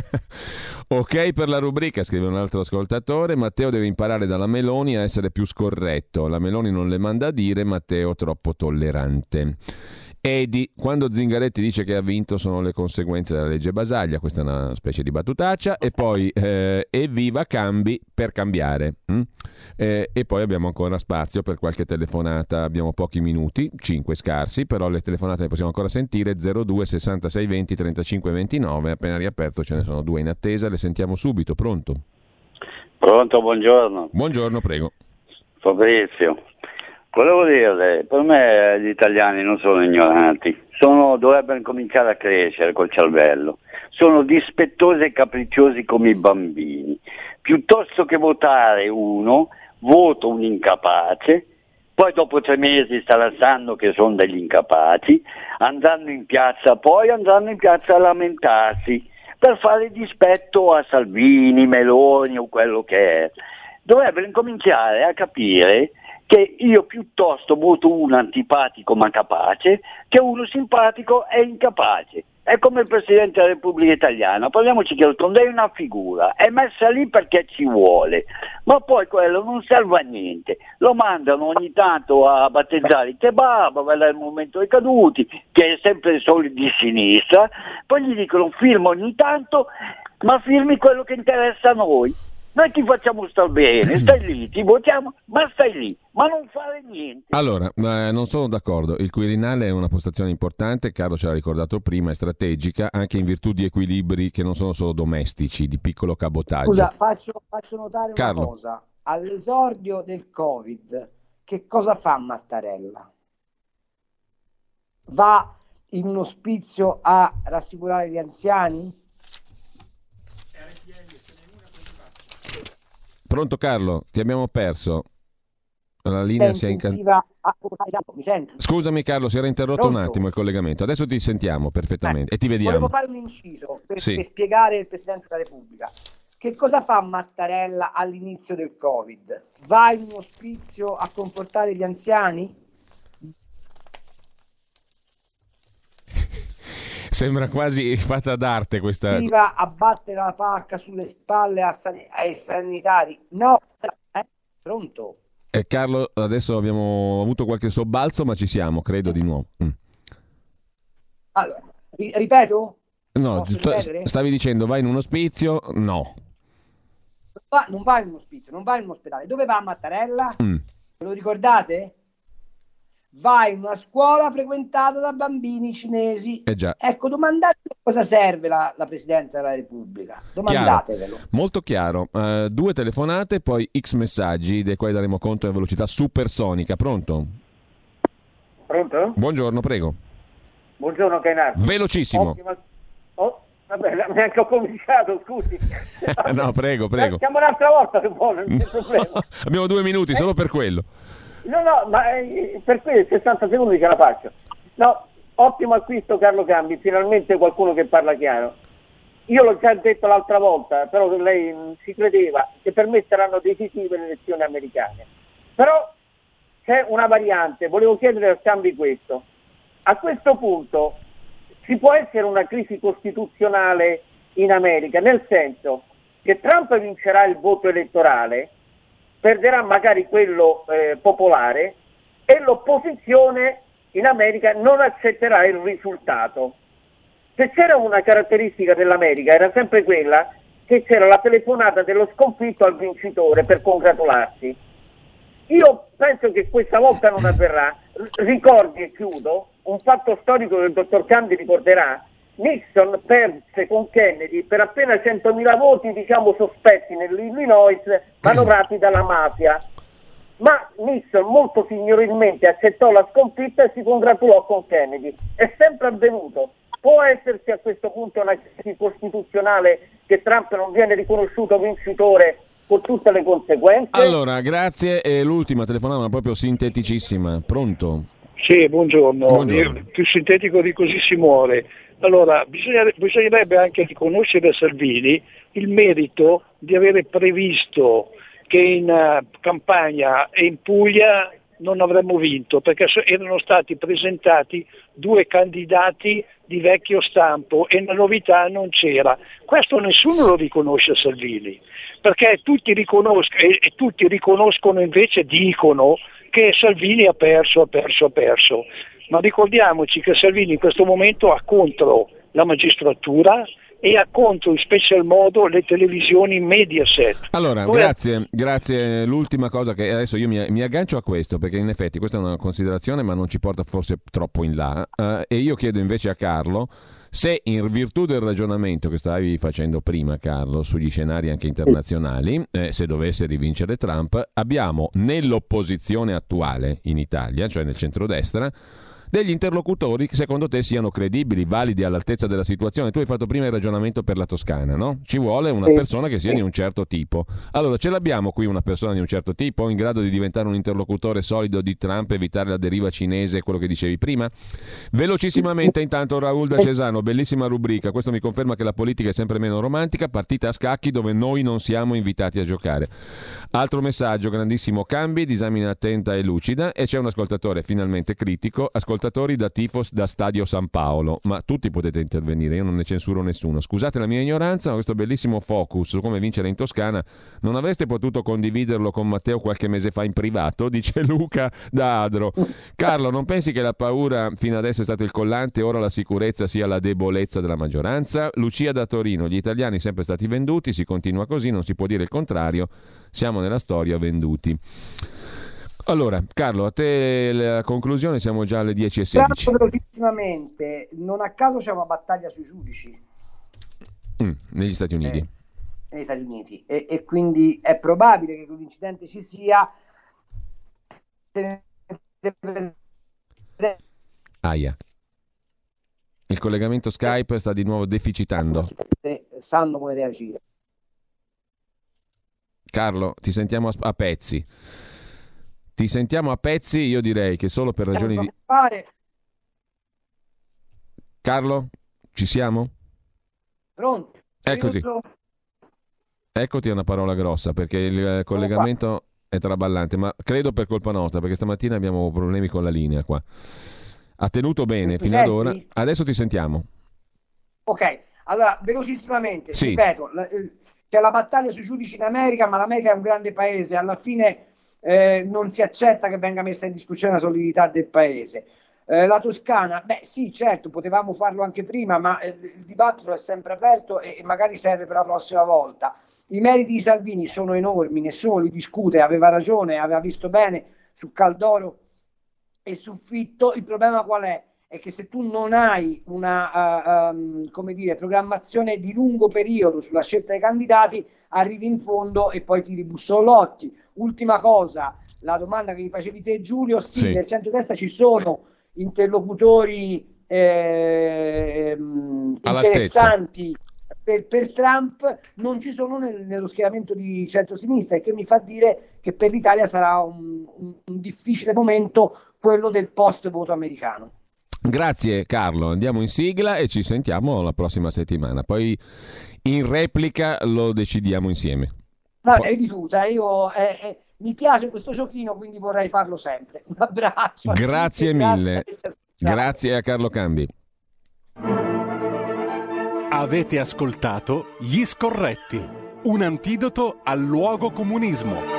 Ok per la rubrica, scrive un altro ascoltatore. Matteo deve imparare dalla Meloni a essere più scorretto. La Meloni non le manda a dire, Matteo troppo tollerante. Edi, quando Zingaretti dice che ha vinto sono le conseguenze della legge Basaglia, questa è una specie di battutaccia, e poi eh, evviva Cambi per cambiare. Mm? Eh, e poi abbiamo ancora spazio per qualche telefonata, abbiamo pochi minuti, cinque scarsi, però le telefonate le possiamo ancora sentire. Zero due sessantasei venti trentacinque ventinove, appena riaperto ce ne sono due in attesa, le sentiamo subito. Pronto? Pronto, buongiorno. Buongiorno, prego. Fabrizio. Volevo dire, per me gli italiani non sono ignoranti, sono, dovrebbero cominciare a crescere col cervello, sono dispettosi e capricciosi come i bambini. Piuttosto che votare uno, voto un incapace, poi dopo tre mesi sanno che sono degli incapaci, andranno in piazza, poi andranno in piazza a lamentarsi per fare dispetto a Salvini, Meloni o quello che è. Dovrebbero incominciare a capire che io piuttosto voto uno antipatico ma capace che uno simpatico e incapace. È come il Presidente della Repubblica Italiana, parliamoci chiaro, è una figura, è messa lì perché ci vuole, ma poi quello non serve a niente, lo mandano ogni tanto a battezzare il kebab, a vedere il momento dei caduti, che è sempre solo di sinistra, poi gli dicono firma ogni tanto, ma firmi quello che interessa a noi. Noi ti facciamo star bene, stai lì, ti votiamo, ma stai lì, ma non fare niente. Allora, eh, non sono d'accordo. Il Quirinale è una postazione importante, Carlo ce l'ha ricordato prima, è strategica, anche in virtù di equilibri che non sono solo domestici, di piccolo cabotaggio. Scusa, faccio, faccio notare Carlo. una cosa. All'esordio del Covid, che cosa fa Mattarella? Va in un ospizio a rassicurare gli anziani? Pronto Carlo, ti abbiamo perso. La linea si è incantata. Mi senti? Scusami Carlo, si era interrotto Pronto? un attimo il collegamento. Adesso ti sentiamo perfettamente eh, e ti vediamo. Volevo fare un inciso per, sì. per spiegare il Presidente della Repubblica. Che cosa fa Mattarella all'inizio del Covid? Va in un ospizio a confortare gli anziani? Sembra quasi fatta d'arte questa. Va a battere la pacca sulle spalle a san- ai sanitari? No, eh? Pronto? Eh, Carlo, adesso abbiamo avuto qualche sobbalzo, ma ci siamo, credo di nuovo. Mm. Allora, ri- ripeto? No, Posso st- ripetere? stavi dicendo vai in un ospizio? No. Va, non va in un ospizio, non va in un ospedale. Dove va Mattarella? Mm. Ve lo ricordate? Va in una scuola frequentata da bambini cinesi. Eh già. Ecco, domandate cosa serve la, la Presidenza della Repubblica. Domandatevelo. Chiaro. Molto chiaro. Uh, due telefonate, poi X messaggi, dei quali daremo conto a velocità supersonica. Pronto? Pronto? Buongiorno, prego. Buongiorno Cainardi. Velocissimo. Ottima... Oh, vabbè, neanche ho cominciato, scusi. No, prego, prego. Chiamo un'altra volta se vuole, non c'è problema. Abbiamo due minuti, eh? solo per quello. No, no, ma eh, per quei sessanta secondi ce la faccio. No, ottimo acquisto Carlo Cambi, finalmente qualcuno che parla chiaro. Io l'ho già detto l'altra volta, però lei mh, si credeva che per me saranno decisive le elezioni americane. Però c'è una variante, volevo chiedere a Cambi questo. A questo punto ci può essere una crisi costituzionale in America, nel senso che Trump vincerà il voto elettorale, perderà magari quello eh, popolare e l'opposizione in America non accetterà il risultato. Se c'era una caratteristica dell'America era sempre quella che c'era la telefonata dello sconfitto al vincitore per congratularsi. Io penso che questa volta non avverrà. Ricordi, e chiudo, un fatto storico che il dottor Cambi ricorderà. Nixon perse con Kennedy per appena centomila voti, diciamo sospetti nell'Illinois, manovrati dalla mafia. Ma Nixon molto signorilmente accettò la sconfitta e si congratulò con Kennedy. È sempre avvenuto. Può esserci a questo punto una crisi costituzionale che Trump non viene riconosciuto vincitore con tutte le conseguenze? Allora, grazie. E l'ultima telefonata proprio sinteticissima. Pronto? Sì, buongiorno. Buongiorno. Più sintetico di così si muore. Allora, bisogna, bisognerebbe anche riconoscere a Salvini il merito di avere previsto che in uh, Campania e in Puglia non avremmo vinto, perché erano stati presentati due candidati di vecchio stampo e la novità non c'era. Questo nessuno lo riconosce a Salvini, perché tutti riconoscono, e, e tutti riconoscono invece, dicono che Salvini ha perso, ha perso, ha perso. Ma ricordiamoci che Salvini in questo momento ha contro la magistratura e ha contro in special modo le televisioni Mediaset. Allora, Noi grazie, a... grazie. L'ultima cosa che adesso io mi, mi aggancio a questo, perché in effetti questa è una considerazione ma non ci porta forse troppo in là, uh, e io chiedo invece a Carlo se in virtù del ragionamento che stavi facendo prima, Carlo, sugli scenari anche internazionali, eh, se dovesse rivincere Trump, abbiamo nell'opposizione attuale in Italia, cioè nel centrodestra, degli interlocutori che secondo te siano credibili, validi, all'altezza della situazione. Tu hai fatto prima il ragionamento per la Toscana, no? Ci vuole una persona che sia di un certo tipo. Allora, ce l'abbiamo qui una persona di un certo tipo, in grado di diventare un interlocutore solido di Trump, evitare la deriva cinese, quello che dicevi prima? Velocissimamente, intanto, Raul da Cesano, bellissima rubrica. Questo mi conferma che la politica è sempre meno romantica, partita a scacchi dove noi non siamo invitati a giocare. Altro messaggio, grandissimo Cambi, disamina attenta e lucida, e c'è un ascoltatore finalmente critico, ascoltatore da tifos da Stadio San Paolo, ma tutti potete intervenire, io non ne censuro nessuno. Scusate la mia ignoranza, ma questo bellissimo focus su come vincere in Toscana non avreste potuto condividerlo con Matteo qualche mese fa in privato? Dice Luca da Adro. Carlo, non pensi che la paura fino adesso è stato il collante, ora la sicurezza sia la debolezza della maggioranza? Lucia da Torino, gli italiani sempre stati venduti, si continua così, non si può dire il contrario, siamo nella storia venduti. Allora, Carlo, a te la conclusione, siamo già alle dieci e sedici. Velocissimamente, non a caso c'è una battaglia sui giudici. Mm, negli Stati Uniti. Eh, negli Stati Uniti. E, e quindi è probabile che quell'incidente ci sia. Aia. Il collegamento Skype sta di nuovo deficitando. Sanno come reagire. Carlo, ti sentiamo a, a pezzi. Ti sentiamo a pezzi, io direi che solo per ragioni di... Carlo, ci siamo? Pronto? Eccoti. Eccoti, è una parola grossa, perché il collegamento è traballante, ma credo per colpa nostra, perché stamattina abbiamo problemi con la linea qua. Ha tenuto bene Mi fino senti? ad ora. Adesso ti sentiamo. Ok, allora, velocissimamente, sì. ripeto, la, c'è la battaglia sui giudici in America, ma l'America è un grande paese, alla fine... Eh, non si accetta che venga messa in discussione la solidità del paese. Eh, la Toscana, beh sì, certo, potevamo farlo anche prima, ma eh, il dibattito è sempre aperto e, e magari serve per la prossima volta. I meriti di Salvini sono enormi, nessuno li discute, aveva ragione, aveva visto bene su Caldoro e su Fitto. Il problema qual è? È che se tu non hai una uh, um, come dire, programmazione di lungo periodo sulla scelta dei candidati, arrivi in fondo e poi tiri bussolotti. Ultima cosa, la domanda che mi facevi te, Giulio, sì, sì. Nel centrodestra ci sono interlocutori eh, interessanti per, per Trump, non ci sono nel, nello schieramento di centrosinistra, e che mi fa dire che per l'Italia sarà un, un, un difficile momento quello del post voto americano. Grazie Carlo, andiamo in sigla e ci sentiamo la prossima settimana, poi in replica lo decidiamo insieme. No, è di tutta, io eh, eh, mi piace questo giochino, quindi vorrei farlo sempre. Un abbraccio. Grazie mille. Grazie, grazie a Carlo Cambi. Avete ascoltato Gli Scorretti, un antidoto al luogo comunismo.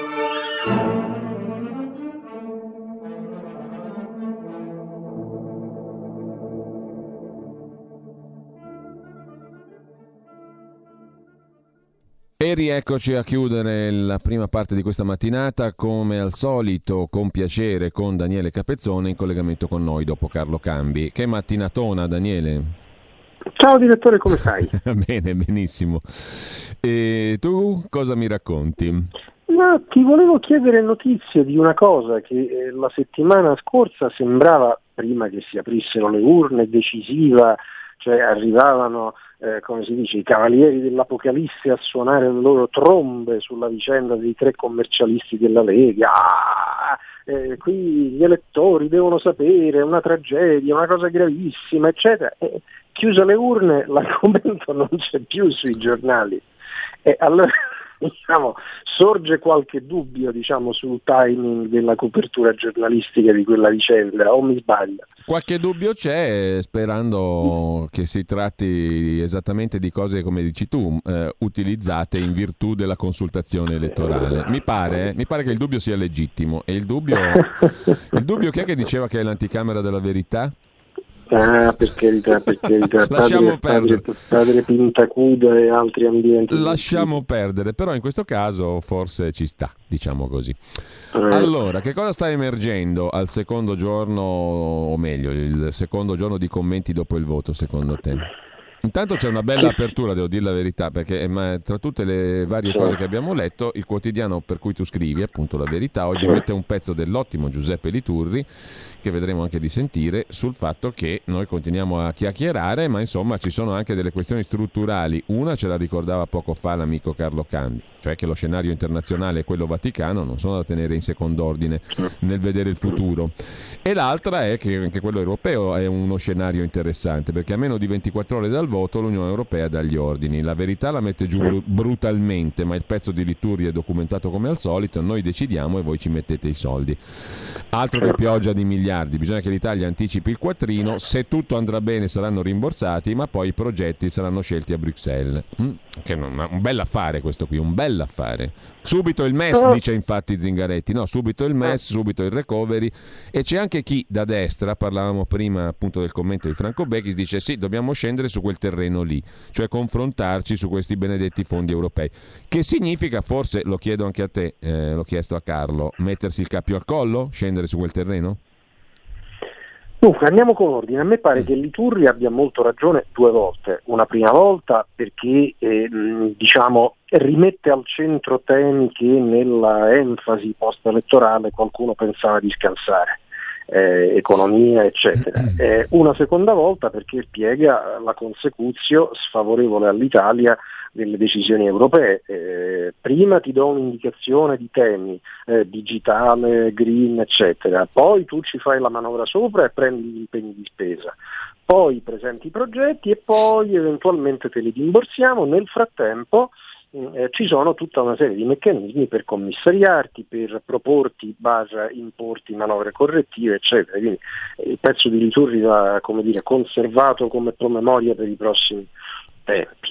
E rieccoci a chiudere la prima parte di questa mattinata, come al solito con piacere con Daniele Capezzone in collegamento con noi dopo Carlo Cambi. Che mattinatona, Daniele? Ciao direttore, come stai? Bene, benissimo. E tu cosa mi racconti? Ma ti volevo chiedere notizie di una cosa che eh, la settimana scorsa sembrava, prima che si aprissero le urne, decisiva, cioè arrivavano, eh, come si dice, i cavalieri dell'Apocalisse a suonare le loro trombe sulla vicenda dei tre commercialisti della Lega, ah, eh, qui gli elettori devono sapere, una tragedia, una cosa gravissima, eccetera. E, chiuse le urne, l'argomento non c'è più sui giornali. E allora diciamo, sorge qualche dubbio, diciamo, sul timing della copertura giornalistica di quella vicenda, o mi sbaglio? Qualche dubbio c'è, sperando che si tratti esattamente di cose, come dici tu, eh, utilizzate in virtù della consultazione elettorale. Mi pare, eh, mi pare che il dubbio sia legittimo. E il dubbio, il dubbio chi è che diceva che è l'anticamera della verità? Ah, per carità, per carità. Lasciamo padre, perdere. Padre, padre Pintacuda e altri ambienti. Lasciamo perdere, però in questo caso forse ci sta, diciamo così. Eh. Allora, che cosa sta emergendo al secondo giorno, o meglio, il secondo giorno di commenti dopo il voto, secondo te? Intanto c'è una bella apertura, devo dire la verità, perché ma, tra tutte le varie sì. cose che abbiamo letto, il quotidiano per cui tu scrivi, appunto La Verità, oggi sì. mette un pezzo dell'ottimo Giuseppe Liturri, che vedremo anche di sentire, sul fatto che noi continuiamo a chiacchierare, ma insomma ci sono anche delle questioni strutturali. Una ce la ricordava poco fa l'amico Carlo Cambi, cioè che lo scenario internazionale e quello vaticano non sono da tenere in secondo ordine nel vedere il futuro. E l'altra è che anche quello europeo è uno scenario interessante, perché a meno di ventiquattro ore dal voto l'Unione Europea dà gli ordini. La Verità la mette giù br- brutalmente, ma il pezzo di Liturri è documentato come al solito, noi decidiamo e voi ci mettete i soldi. Altro che pioggia di miliardi, bisogna che l'Italia anticipi il quattrino, se tutto andrà bene saranno rimborsati, ma poi i progetti saranno scelti a Bruxelles. Mm, che non, un bel affare questo qui, un bel affare. Subito il M E S, dice infatti Zingaretti, no, subito il M E S, subito il recovery, e c'è anche chi da destra, parlavamo prima appunto del commento di Franco Bechis, dice sì, dobbiamo scendere su quel terreno lì, cioè confrontarci su questi benedetti fondi europei. Che significa, forse lo chiedo anche a te, eh, l'ho chiesto a Carlo, mettersi il cappio al collo, scendere su quel terreno? Dunque, andiamo con ordine. A me pare che Liturri abbia molto ragione due volte. Una prima volta perché eh, diciamo rimette al centro temi che nella enfasi post-elettorale qualcuno pensava di scansare, eh, economia, eccetera. Eh, una seconda volta perché spiega la consecutio sfavorevole all'Italia delle decisioni europee. Eh, prima ti do un'indicazione di temi, eh, digitale, green, eccetera, poi tu ci fai la manovra sopra e prendi gli impegni di spesa, poi presenti i progetti e poi eventualmente te li rimborsiamo. Nel frattempo eh, ci sono tutta una serie di meccanismi per commissariarti, per proporti base importi, manovre correttive, eccetera. Quindi eh, il pezzo di Liturri va, come dire, conservato come promemoria per i prossimi tempi.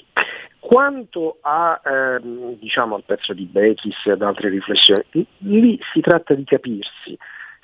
Quanto a ehm, diciamo al pezzo di Bechis e ad altre riflessioni, lì si tratta di capirsi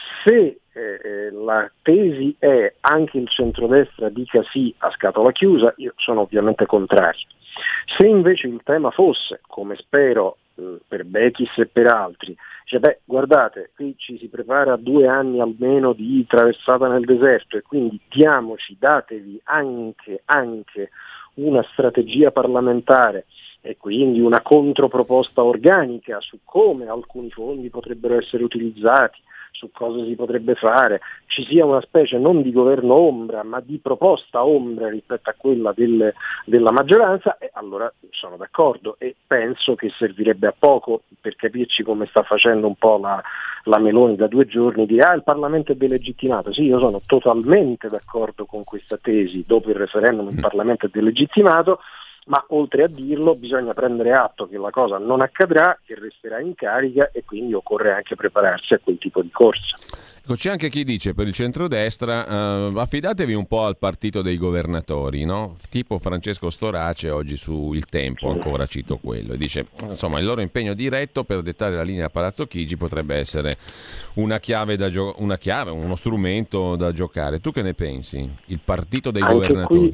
se eh, la tesi è anche il centrodestra dica sì a scatola chiusa. Io sono ovviamente contrario. Se invece il tema fosse, come spero eh, per Bechis e per altri, cioè beh, guardate, qui ci si prepara a due anni almeno di traversata nel deserto e quindi diamoci, datevi anche, anche una strategia parlamentare e quindi una controproposta organica su come alcuni fondi potrebbero essere utilizzati, su cosa si potrebbe fare, ci sia una specie non di governo ombra ma di proposta ombra rispetto a quella del, della maggioranza, e allora sono d'accordo e penso che servirebbe a poco, per capirci, come sta facendo un po' la, la Meloni da due giorni, dire ah il Parlamento è delegittimato. Sì, io sono totalmente d'accordo con questa tesi, dopo il referendum il Parlamento è delegittimato, ma oltre a dirlo bisogna prendere atto che la cosa non accadrà, che resterà in carica e quindi occorre anche prepararsi a quel tipo di corsa. Ecco, c'è anche chi dice per il centrodestra eh, affidatevi un po' al partito dei governatori, no? Tipo Francesco Storace oggi su Il Tempo, ancora cito quello, e dice insomma il loro impegno diretto per dettare la linea a Palazzo Chigi potrebbe essere una chiave, da gio- una chiave, uno strumento da giocare. Tu che ne pensi? Il partito dei anche governatori? Qui,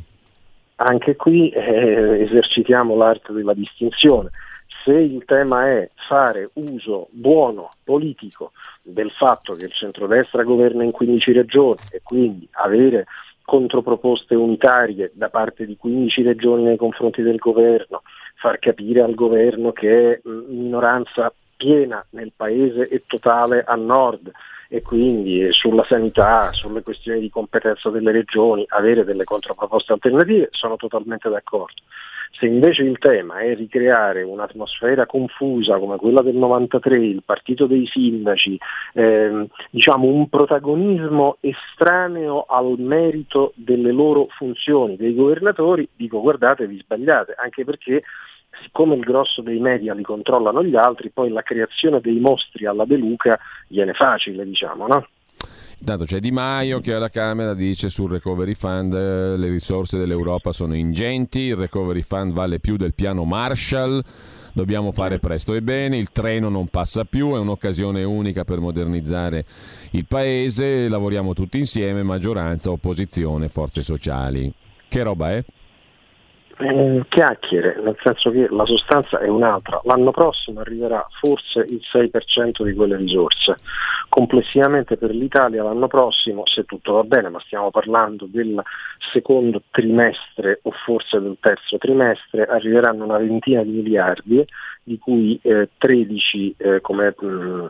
anche qui eh, esercitiamo l'arte della distinzione. Se il tema è fare uso buono, politico, del fatto che il centrodestra governa in quindici regioni e quindi avere controproposte unitarie da parte di quindici regioni nei confronti del governo, far capire al governo che è minoranza piena nel paese e totale a nord e quindi sulla sanità, sulle questioni di competenza delle regioni, avere delle controproposte alternative, sono totalmente d'accordo. Se invece il tema è ricreare un'atmosfera confusa come quella del novantatré, il partito dei sindaci, ehm, diciamo un protagonismo estraneo al merito delle loro funzioni dei governatori, dico guardate, vi sbagliate, anche perché siccome il grosso dei media li controllano gli altri, poi la creazione dei mostri alla De Luca viene facile, diciamo, no? Intanto c'è Di Maio che alla Camera dice sul Recovery Fund eh, le risorse dell'Europa sono ingenti, il Recovery Fund vale più del piano Marshall, dobbiamo fare presto e bene, il treno non passa più, è un'occasione unica per modernizzare il paese, lavoriamo tutti insieme, maggioranza, opposizione, forze sociali. Che roba è? Eh, chiacchiere, nel senso che la sostanza è un'altra. L'anno prossimo arriverà forse il sei per cento di quelle risorse. Complessivamente per l'Italia l'anno prossimo, se tutto va bene, ma stiamo parlando del secondo trimestre o forse del terzo trimestre, arriveranno una ventina di miliardi, di cui eh, tredici eh, come, mh,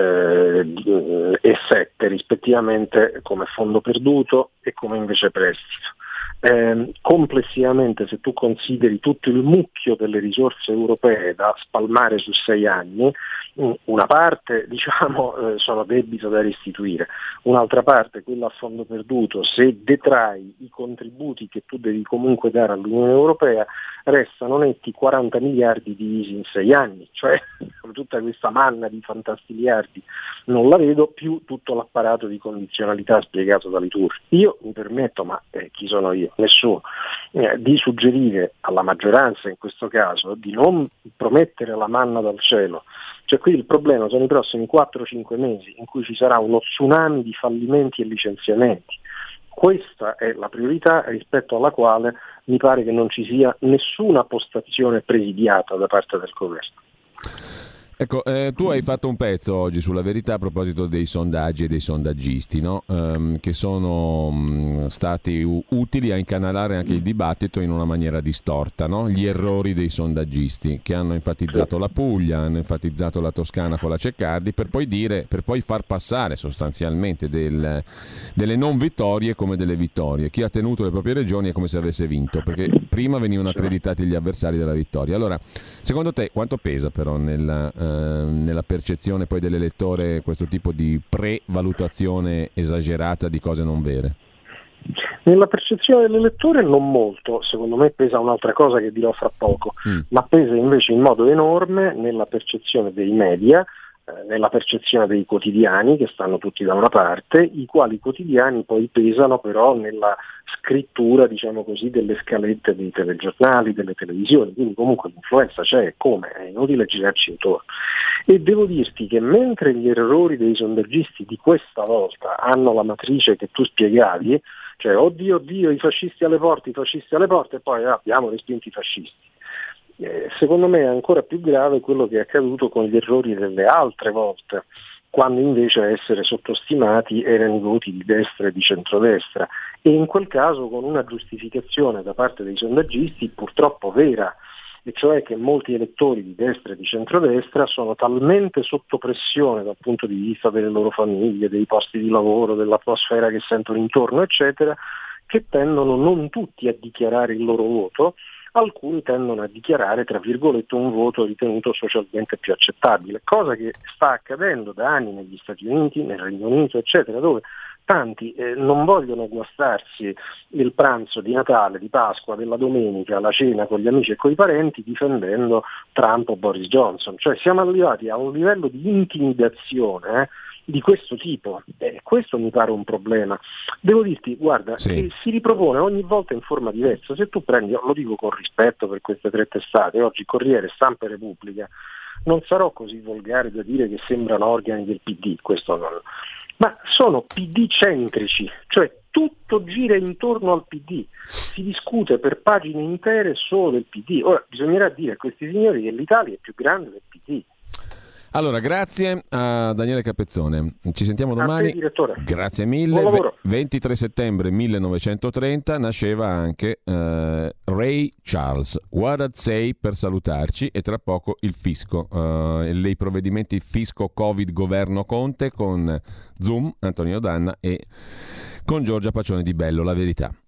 eh, e sette rispettivamente come fondo perduto e come invece prestito. Eh, complessivamente, se tu consideri tutto il mucchio delle risorse europee da spalmare su sei anni, una parte diciamo eh, sono debito da restituire, un'altra parte, quella a fondo perduto, se detrai i contributi che tu devi comunque dare all'Unione Europea, restano netti quaranta miliardi divisi in sei anni, cioè tutta questa manna di fantastiliardi non la vedo, più tutto l'apparato di condizionalità spiegato da Liturgi. Io mi permetto, ma eh, chi sono io? Nessuno, eh, di suggerire alla maggioranza in questo caso di non promettere la manna dal cielo. Cioè qui il problema sono i prossimi quattro cinque mesi in cui ci sarà uno tsunami di fallimenti e licenziamenti. Questa è la priorità rispetto alla quale mi pare che non ci sia nessuna postazione presidiata da parte del governo. Ecco, eh, tu hai fatto un pezzo oggi sulla Verità a proposito dei sondaggi e dei sondaggisti, no? ehm, che sono mh, stati u- utili a incanalare anche il dibattito in una maniera distorta, no? Gli errori dei sondaggisti che hanno enfatizzato la Puglia, hanno enfatizzato la Toscana con la Ceccardi, per poi dire, per poi far passare sostanzialmente del, delle non vittorie come delle vittorie. Chi ha tenuto le proprie regioni è come se avesse vinto, perché prima venivano accreditati gli avversari della vittoria. Allora, secondo te quanto pesa però nella nella percezione poi dell'elettore questo tipo di prevalutazione esagerata di cose non vere? Nella percezione dell'elettore non molto, secondo me pesa un'altra cosa che dirò fra poco, mm. ma pesa invece in modo enorme nella percezione dei media, nella percezione dei quotidiani che stanno tutti da una parte, i quali quotidiani poi pesano però nella scrittura, diciamo così, delle scalette dei telegiornali, delle televisioni, quindi comunque l'influenza c'è, come? È inutile girarci intorno. E devo dirti che mentre gli errori dei sondaggisti di questa volta hanno la matrice che tu spiegavi, cioè oddio oddio i fascisti alle porte, i fascisti alle porte, e poi ah, abbiamo respinto i fascisti. Eh, secondo me è ancora più grave quello che è accaduto con gli errori delle altre volte, quando invece a essere sottostimati erano i voti di destra e di centrodestra, e in quel caso con una giustificazione da parte dei sondaggisti purtroppo vera, e cioè che molti elettori di destra e di centrodestra sono talmente sotto pressione dal punto di vista delle loro famiglie, dei posti di lavoro, dell'atmosfera che sentono intorno, eccetera, che tendono non tutti a dichiarare il loro voto, alcuni tendono a dichiarare, tra virgolette, un voto ritenuto socialmente più accettabile, cosa che sta accadendo da anni negli Stati Uniti, nel Regno Unito, eccetera, dove tanti eh, non vogliono guastarsi il pranzo di Natale, di Pasqua, della domenica, la cena con gli amici e con i parenti difendendo Trump o Boris Johnson. Cioè siamo arrivati a un livello di intimidazione eh, di questo tipo, e questo mi pare un problema. Devo dirti, guarda, sì. che si ripropone ogni volta in forma diversa. Se tu prendi, lo dico con rispetto per queste tre testate, oggi Corriere, Stampa e Repubblica, non sarò così volgare da dire che sembrano organi del P D, questo non, ma sono P D centrici, cioè tutto gira intorno al P D, si discute per pagine intere solo del P D. Ora bisognerà dire a questi signori che l'Italia è più grande del P D. Allora, grazie a Daniele Capezzone. Ci sentiamo domani. A te, direttore. Grazie mille. Buon lavoro. ventitré settembre millenovecentotrenta nasceva anche eh, Ray Charles. What I'd Say per salutarci, e tra poco il fisco. Eh, i provvedimenti fisco Covid governo Conte con Zoom, Antonio Danna, e con Giorgia Pacione di Bello, La Verità.